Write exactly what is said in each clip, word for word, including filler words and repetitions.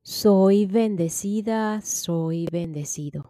Soy bendecida, soy bendecido.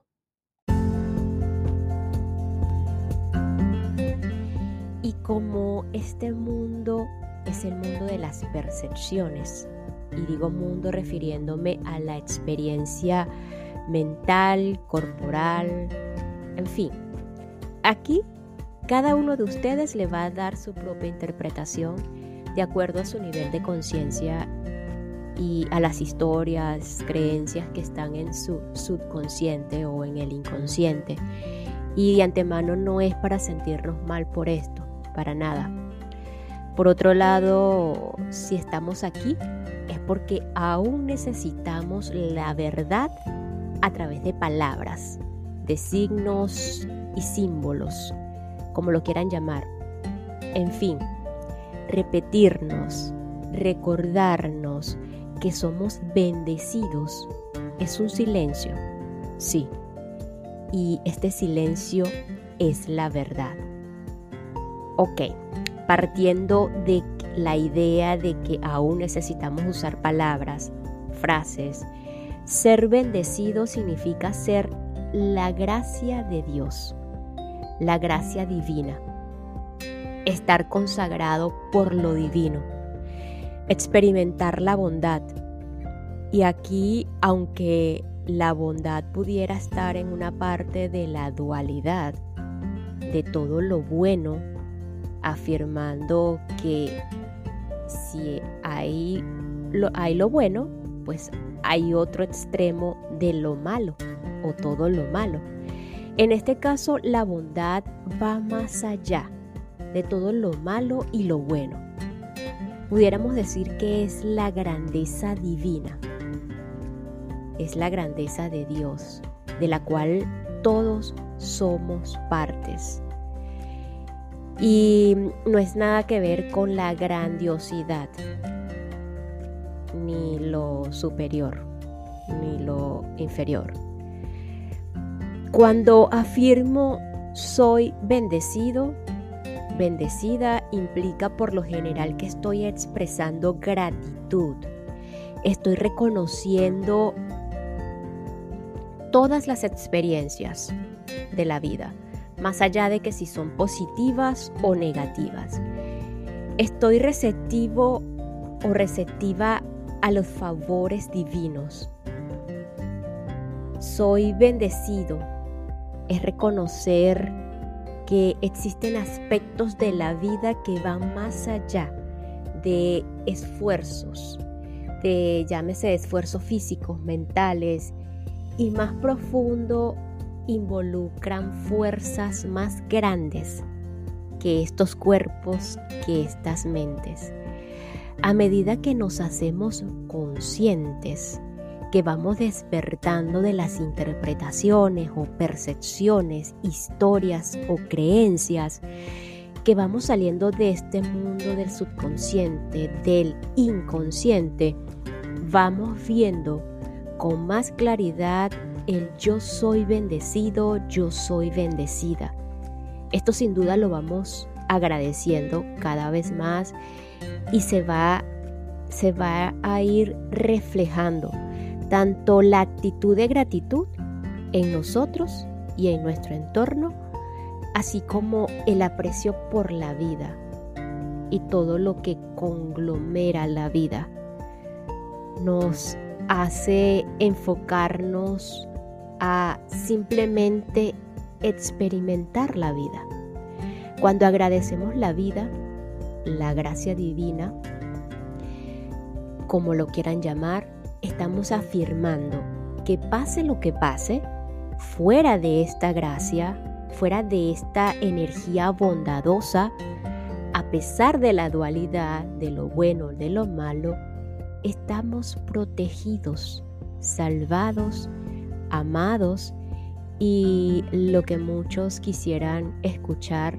Y como este mundo es el mundo de las percepciones, y digo mundo refiriéndome a la experiencia mental, corporal, en fin, aquí cada uno de ustedes le va a dar su propia interpretación de acuerdo a su nivel de conciencia y a las historias, creencias que están en su subconsciente o en el inconsciente. Y de antemano no es para sentirnos mal por esto, para nada. Por otro lado, si estamos aquí, es porque aún necesitamos la verdad a través de palabras, de signos y símbolos, como lo quieran llamar. En fin, repetirnos, recordarnos que somos bendecidos es un silencio, sí, y este silencio es la verdad. Ok, partiendo de la idea de que aún necesitamos usar palabras, frases, ser bendecido significa ser la gracia de Dios, la gracia divina, estar consagrado por lo divino, experimentar la bondad. Y aquí, aunque la bondad pudiera estar en una parte de la dualidad, de todo lo bueno, afirmando que si hay lo, hay lo bueno, pues hay otro extremo de lo malo o todo lo malo. En este caso, la bondad va más allá de todo lo malo y lo bueno. Pudiéramos decir que es la grandeza divina, es la grandeza de Dios, de la cual todos somos partes. Y no es nada que ver con la grandiosidad, ni lo superior, ni lo inferior. Cuando afirmo soy bendecido, bendecida, implica por lo general que estoy expresando gratitud. Estoy reconociendo todas las experiencias de la vida, más allá de que si son positivas o negativas. Estoy receptivo o receptiva a los favores divinos. Soy bendecido. Es reconocer que existen aspectos de la vida que van más allá de esfuerzos, de llámese esfuerzos físicos, mentales, y más profundo involucran fuerzas más grandes que estos cuerpos, que estas mentes. A medida que nos hacemos conscientes, que vamos despertando de las interpretaciones o percepciones, historias o creencias, que vamos saliendo de este mundo del subconsciente, del inconsciente, vamos viendo con más claridad el yo soy bendecido, yo soy bendecida. Esto sin duda lo vamos agradeciendo cada vez más y se va, se va a ir reflejando tanto la actitud de gratitud en nosotros y en nuestro entorno, así como el aprecio por la vida y todo lo que conglomera la vida. Nos hace enfocarnos a simplemente experimentar la vida. Cuando agradecemos la vida, la gracia divina, como lo quieran llamar, estamos afirmando que pase lo que pase, fuera de esta gracia, fuera de esta energía bondadosa, a pesar de la dualidad, de lo bueno, de lo malo, estamos protegidos, salvados, amados y lo que muchos quisieran escuchar,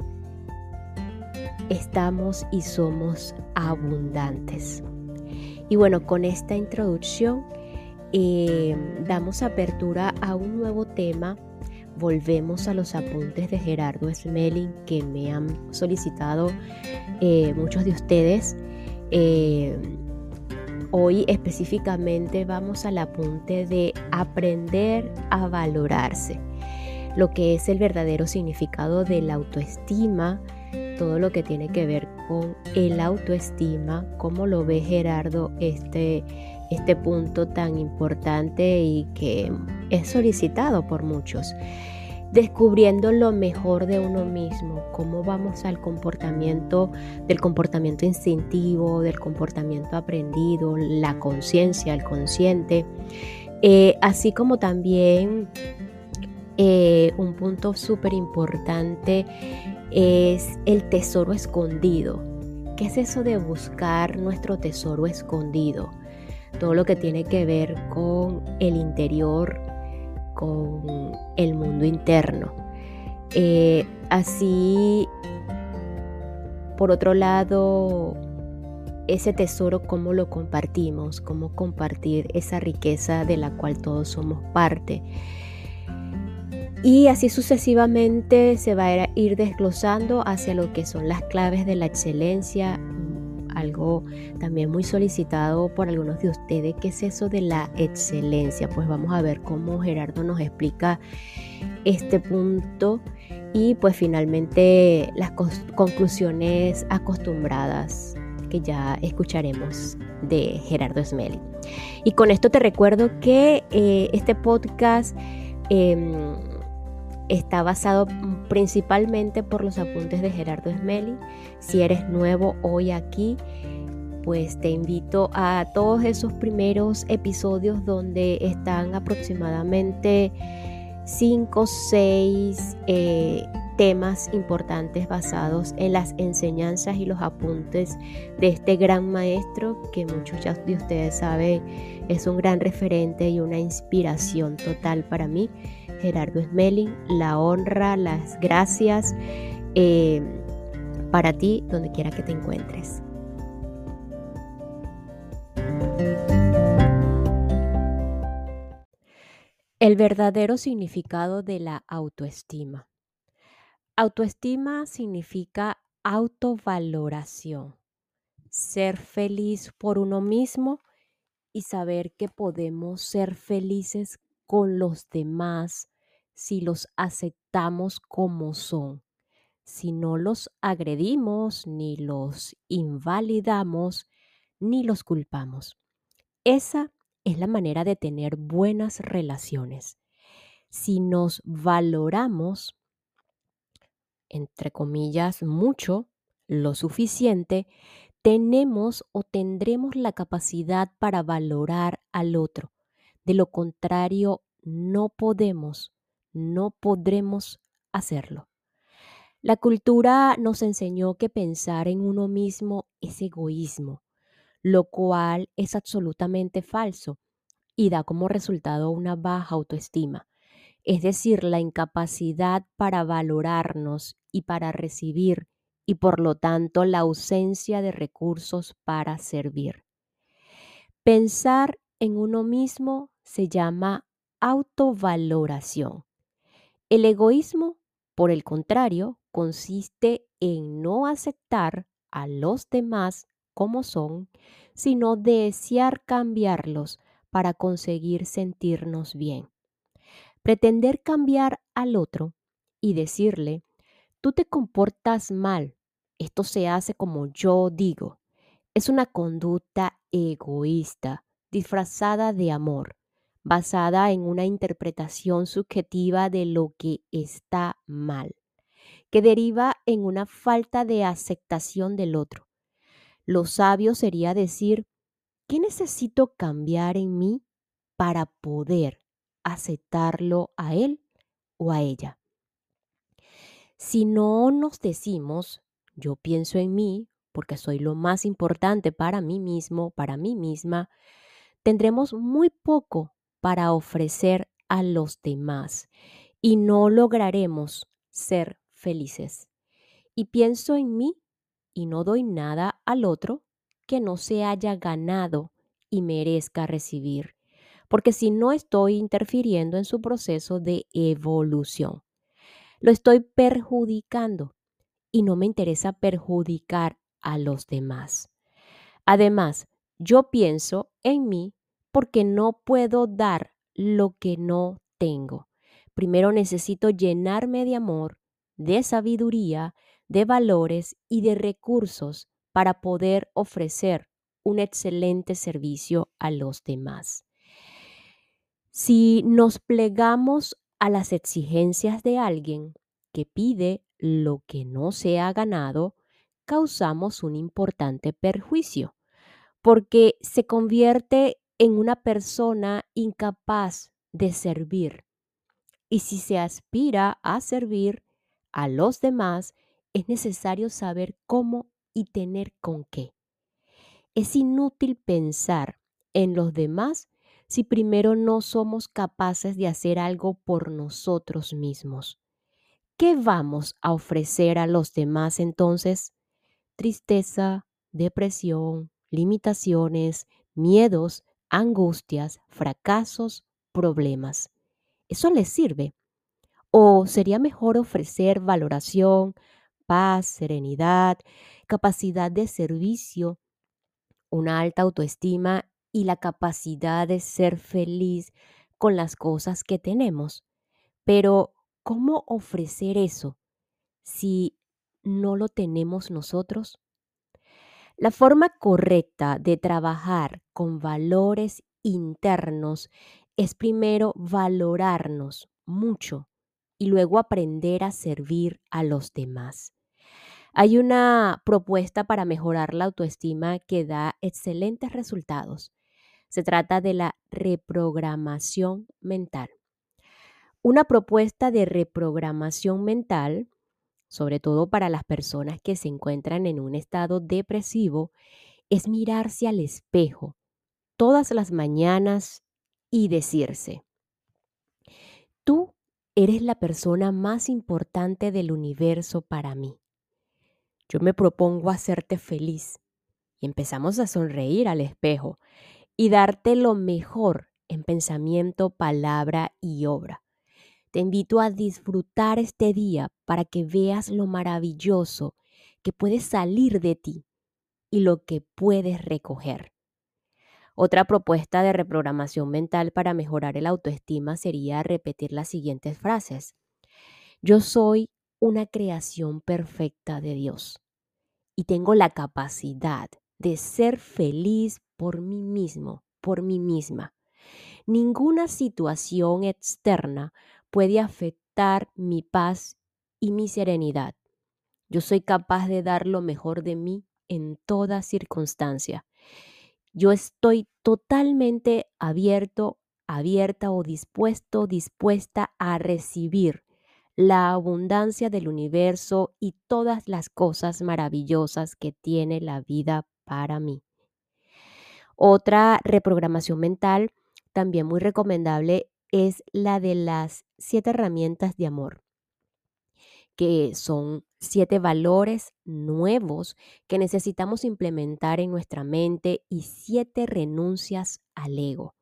estamos y somos abundantes. Y bueno, con esta introducción eh, damos apertura a un nuevo tema. Volvemos a los apuntes de Gerardo Smelling que me han solicitado eh, muchos de ustedes. Eh, Hoy específicamente vamos al apunte de aprender a valorarse, lo que es el verdadero significado de la autoestima, todo lo que tiene que ver con el autoestima, cómo lo ve Gerardo este, este punto tan importante y que es solicitado por muchos. Descubriendo lo mejor de uno mismo, cómo vamos al comportamiento, del comportamiento instintivo, del comportamiento aprendido, la conciencia, el consciente, eh, así como también eh, un punto súper importante es el tesoro escondido. ¿Qué es eso de buscar nuestro tesoro escondido? Todo lo que tiene que ver con el interior, con el mundo interno. Eh, así, por otro lado, ese tesoro, cómo lo compartimos, cómo compartir esa riqueza de la cual todos somos parte. Y así sucesivamente se va a ir desglosando hacia lo que son las claves de la excelencia, algo también muy solicitado por algunos de ustedes. ¿Qué es eso de la excelencia? Pues vamos a ver cómo Gerardo nos explica este punto y pues finalmente las conclusiones acostumbradas que ya escucharemos de Gerardo Smelling. Y con esto te recuerdo que eh, este podcast eh, está basado principalmente por los apuntes de Gerardo Smelling. Si eres nuevo hoy aquí, pues te invito a todos esos primeros episodios donde están aproximadamente cinco o seis eh, temas importantes basados en las enseñanzas y los apuntes de este gran maestro que muchos ya de ustedes saben es un gran referente y una inspiración total para mí, Gerardo Smelling. La honra, las gracias eh, para ti donde quiera que te encuentres. El verdadero significado de la autoestima. Autoestima significa autovaloración, ser feliz por uno mismo y saber que podemos ser felices con los demás si los aceptamos como son, si no los agredimos, ni los invalidamos, ni los culpamos. Esa es la manera de tener buenas relaciones. Si nos valoramos, entre comillas, mucho, lo suficiente, tenemos o tendremos la capacidad para valorar al otro. De lo contrario, no podemos, no podremos hacerlo. La cultura nos enseñó que pensar en uno mismo es egoísmo, lo cual es absolutamente falso y da como resultado una baja autoestima, es decir, la incapacidad para valorarnos y para recibir, y por lo tanto la ausencia de recursos para servir. Pensar en uno mismo se llama autovaloración. El egoísmo, por el contrario, consiste en no aceptar a los demás como son, sino desear cambiarlos para conseguir sentirnos bien. Pretender cambiar al otro y decirle, tú te comportas mal, esto se hace como yo digo, es una conducta egoísta, disfrazada de amor, basada en una interpretación subjetiva de lo que está mal, que deriva en una falta de aceptación del otro. Lo sabio sería decir, ¿qué necesito cambiar en mí para poder aceptarlo a él o a ella? Si no nos decimos, yo pienso en mí porque soy lo más importante para mí mismo, para mí misma, tendremos muy poco para ofrecer a los demás y no lograremos ser felices. Y pienso en mí y no doy nada al otro que no se haya ganado y merezca recibir, porque si no estoy interfiriendo en su proceso de evolución, lo estoy perjudicando y no me interesa perjudicar a los demás. Además, Yo pienso en mí porque no puedo dar lo que no tengo. Primero necesito llenarme de amor, de sabiduría, de valores y de recursos para poder ofrecer un excelente servicio a los demás. Si nos plegamos a las exigencias de alguien que pide lo que no se ha ganado, causamos un importante perjuicio porque se convierte en una persona incapaz de servir. Y si se aspira a servir a los demás, es necesario saber cómo y tener con qué. Es inútil pensar en los demás si primero no somos capaces de hacer algo por nosotros mismos. ¿Qué vamos a ofrecer a los demás entonces? Tristeza, depresión, limitaciones, miedos, angustias, fracasos, problemas. ¿Eso les sirve? ¿O sería mejor ofrecer valoración, paz, serenidad, capacidad de servicio, una alta autoestima y la capacidad de ser feliz con las cosas que tenemos? Pero, ¿cómo ofrecer eso si no lo tenemos nosotros? La forma correcta de trabajar con valores internos es primero valorarnos mucho y luego aprender a servir a los demás. Hay una propuesta para mejorar la autoestima que da excelentes resultados. Se trata de la reprogramación mental. Una propuesta de reprogramación mental, sobre todo para las personas que se encuentran en un estado depresivo, es mirarse al espejo todas las mañanas y decirse: tú eres la persona más importante del universo para mí. Yo me propongo hacerte feliz. Y empezamos a sonreír al espejo y darte lo mejor en pensamiento, palabra y obra. Te invito a disfrutar este día para que veas lo maravilloso que puede salir de ti y lo que puedes recoger. Otra propuesta de reprogramación mental para mejorar el autoestima sería repetir las siguientes frases. Yo soy una creación perfecta de Dios y tengo la capacidad de ser feliz por mí mismo, por mí misma. Ninguna situación externa puede afectar mi paz y mi serenidad. Yo soy capaz de dar lo mejor de mí en toda circunstancia. Yo estoy totalmente abierto, abierta o dispuesto, dispuesta a recibir la abundancia del universo y todas las cosas maravillosas que tiene la vida para mí. Otra reprogramación mental también muy recomendable es la de las siete herramientas de amor, que son siete valores nuevos que necesitamos implementar en nuestra mente y siete renuncias al ego.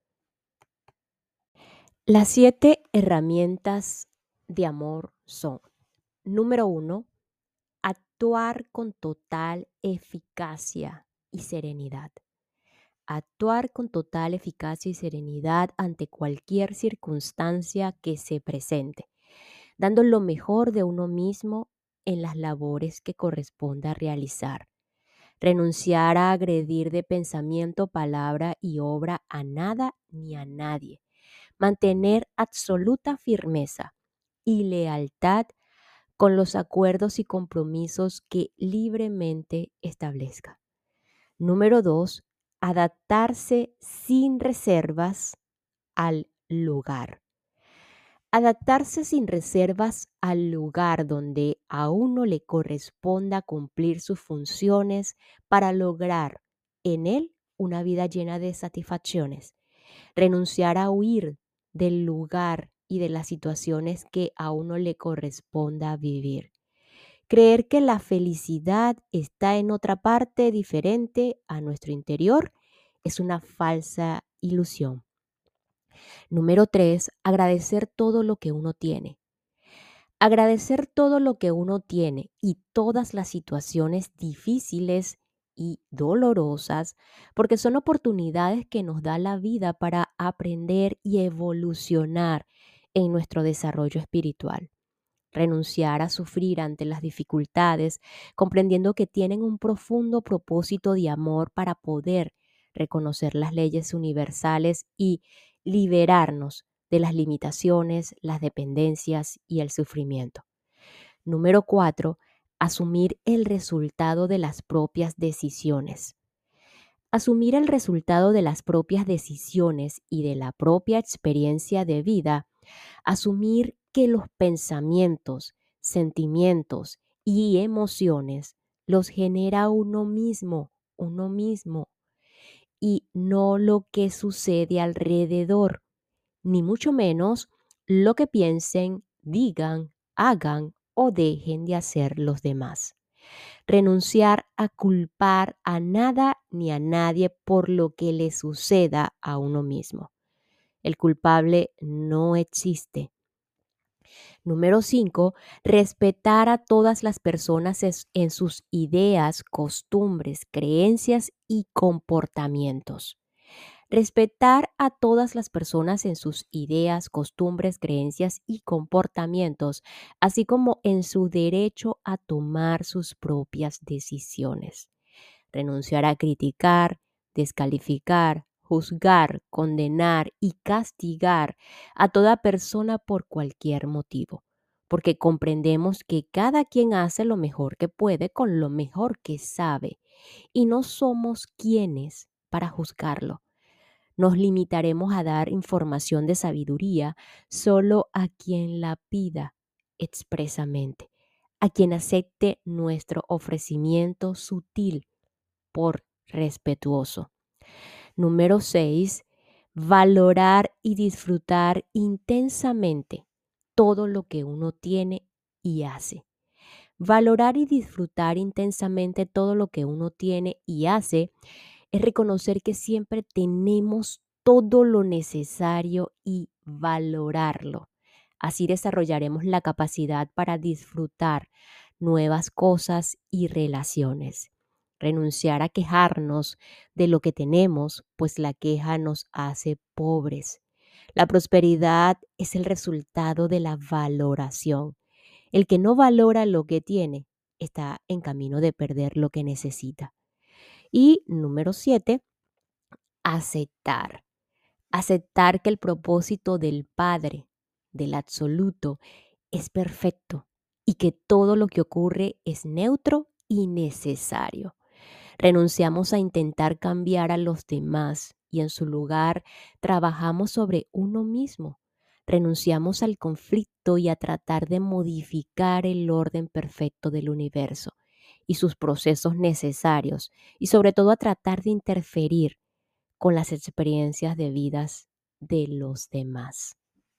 Las siete herramientas de amor son: número uno, actuar con total eficacia y serenidad. Actuar con total eficacia y serenidad ante cualquier circunstancia que se presente, dando lo mejor de uno mismo en las labores que corresponda realizar. Renunciar a agredir de pensamiento, palabra y obra a nada ni a nadie. Mantener absoluta firmeza y lealtad con los acuerdos y compromisos que libremente establezca. Número dos, adaptarse sin reservas al lugar. Adaptarse sin reservas al lugar donde a uno le corresponda cumplir sus funciones para lograr en él una vida llena de satisfacciones. Renunciar a huir del lugar y de las situaciones que a uno le corresponda vivir. Creer que la felicidad está en otra parte diferente a nuestro interior es una falsa ilusión. Número tres, agradecer todo lo que uno tiene. Agradecer todo lo que uno tiene y todas las situaciones difíciles y dolorosas, porque son oportunidades que nos da la vida para aprender y evolucionar en nuestro desarrollo espiritual. Renunciar a sufrir ante las dificultades, comprendiendo que tienen un profundo propósito de amor para poder reconocer las leyes universales y liberarnos de las limitaciones, las dependencias y el sufrimiento. Número cuatro, asumir el resultado de las propias decisiones. Asumir el resultado de las propias decisiones y de la propia experiencia de vida, asumir que los pensamientos, sentimientos y emociones los genera uno mismo, uno mismo, y no lo que sucede alrededor, ni mucho menos lo que piensen, digan, hagan o dejen de hacer los demás. Renunciar a culpar a nada ni a nadie por lo que le suceda a uno mismo. El culpable no existe. Número cinco, respetar a todas las personas es- en sus ideas, costumbres, creencias y comportamientos. Respetar a todas las personas en sus ideas, costumbres, creencias y comportamientos, así como en su derecho a tomar sus propias decisiones. Renunciar a criticar, descalificar, juzgar, condenar y castigar a toda persona por cualquier motivo, porque comprendemos que cada quien hace lo mejor que puede con lo mejor que sabe y no somos quienes para juzgarlo. Nos limitaremos a dar información de sabiduría solo a quien la pida expresamente, a quien acepte nuestro ofrecimiento sutil por respetuoso. Número seis, valorar y disfrutar intensamente todo lo que uno tiene y hace. Valorar y disfrutar intensamente todo lo que uno tiene y hace es reconocer que siempre tenemos todo lo necesario y valorarlo. Así desarrollaremos la capacidad para disfrutar nuevas cosas y relaciones. Renunciar a quejarnos de lo que tenemos, pues la queja nos hace pobres. La prosperidad es el resultado de la valoración. El que no valora lo que tiene está en camino de perder lo que necesita. Y número siete, aceptar. Aceptar que el propósito del Padre, del absoluto, es perfecto y que todo lo que ocurre es neutro y necesario. Renunciamos a intentar cambiar a los demás y en su lugar trabajamos sobre uno mismo. Renunciamos al conflicto y a tratar de modificar el orden perfecto del universo y sus procesos necesarios y sobre todo a tratar de interferir con las experiencias de vidas de los demás.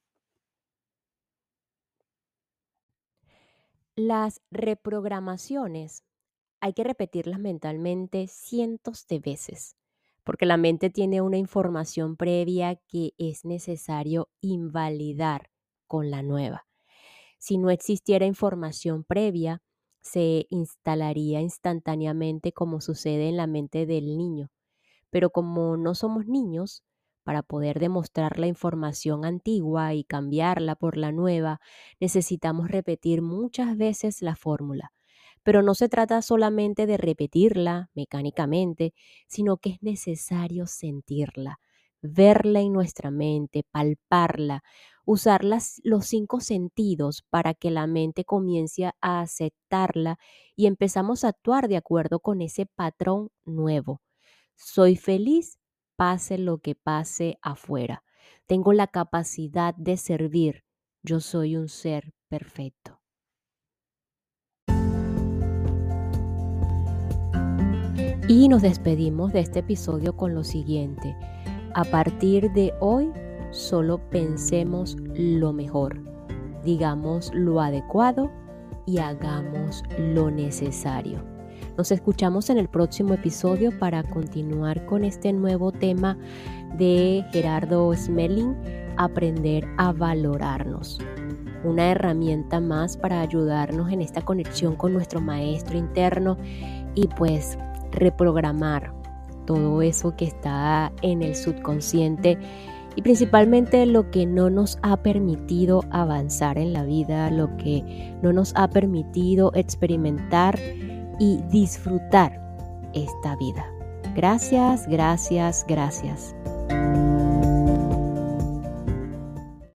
Las reprogramaciones hay que repetirlas mentalmente cientos de veces, porque la mente tiene una información previa que es necesario invalidar con la nueva. Si no existiera información previa, se instalaría instantáneamente como sucede en la mente del niño. Pero como no somos niños, para poder demostrar la información antigua y cambiarla por la nueva, necesitamos repetir muchas veces la fórmula. Pero no se trata solamente de repetirla mecánicamente, sino que es necesario sentirla, verla en nuestra mente, palparla, usar las- los cinco sentidos para que la mente comience a aceptarla y empezamos a actuar de acuerdo con ese patrón nuevo. Soy feliz, pase lo que pase afuera. Tengo la capacidad de servir. Yo soy un ser perfecto. Y nos despedimos de este episodio con lo siguiente. A partir de hoy, solo pensemos lo mejor, digamos lo adecuado y hagamos lo necesario. Nos escuchamos en el próximo episodio para continuar con este nuevo tema de Gerardo Smelling, aprender a valorarnos. Una herramienta más para ayudarnos en esta conexión con nuestro maestro interno y pues reprogramar todo eso que está en el subconsciente y principalmente lo que no nos ha permitido avanzar en la vida, lo que no nos ha permitido experimentar y disfrutar esta vida. Gracias, gracias, gracias.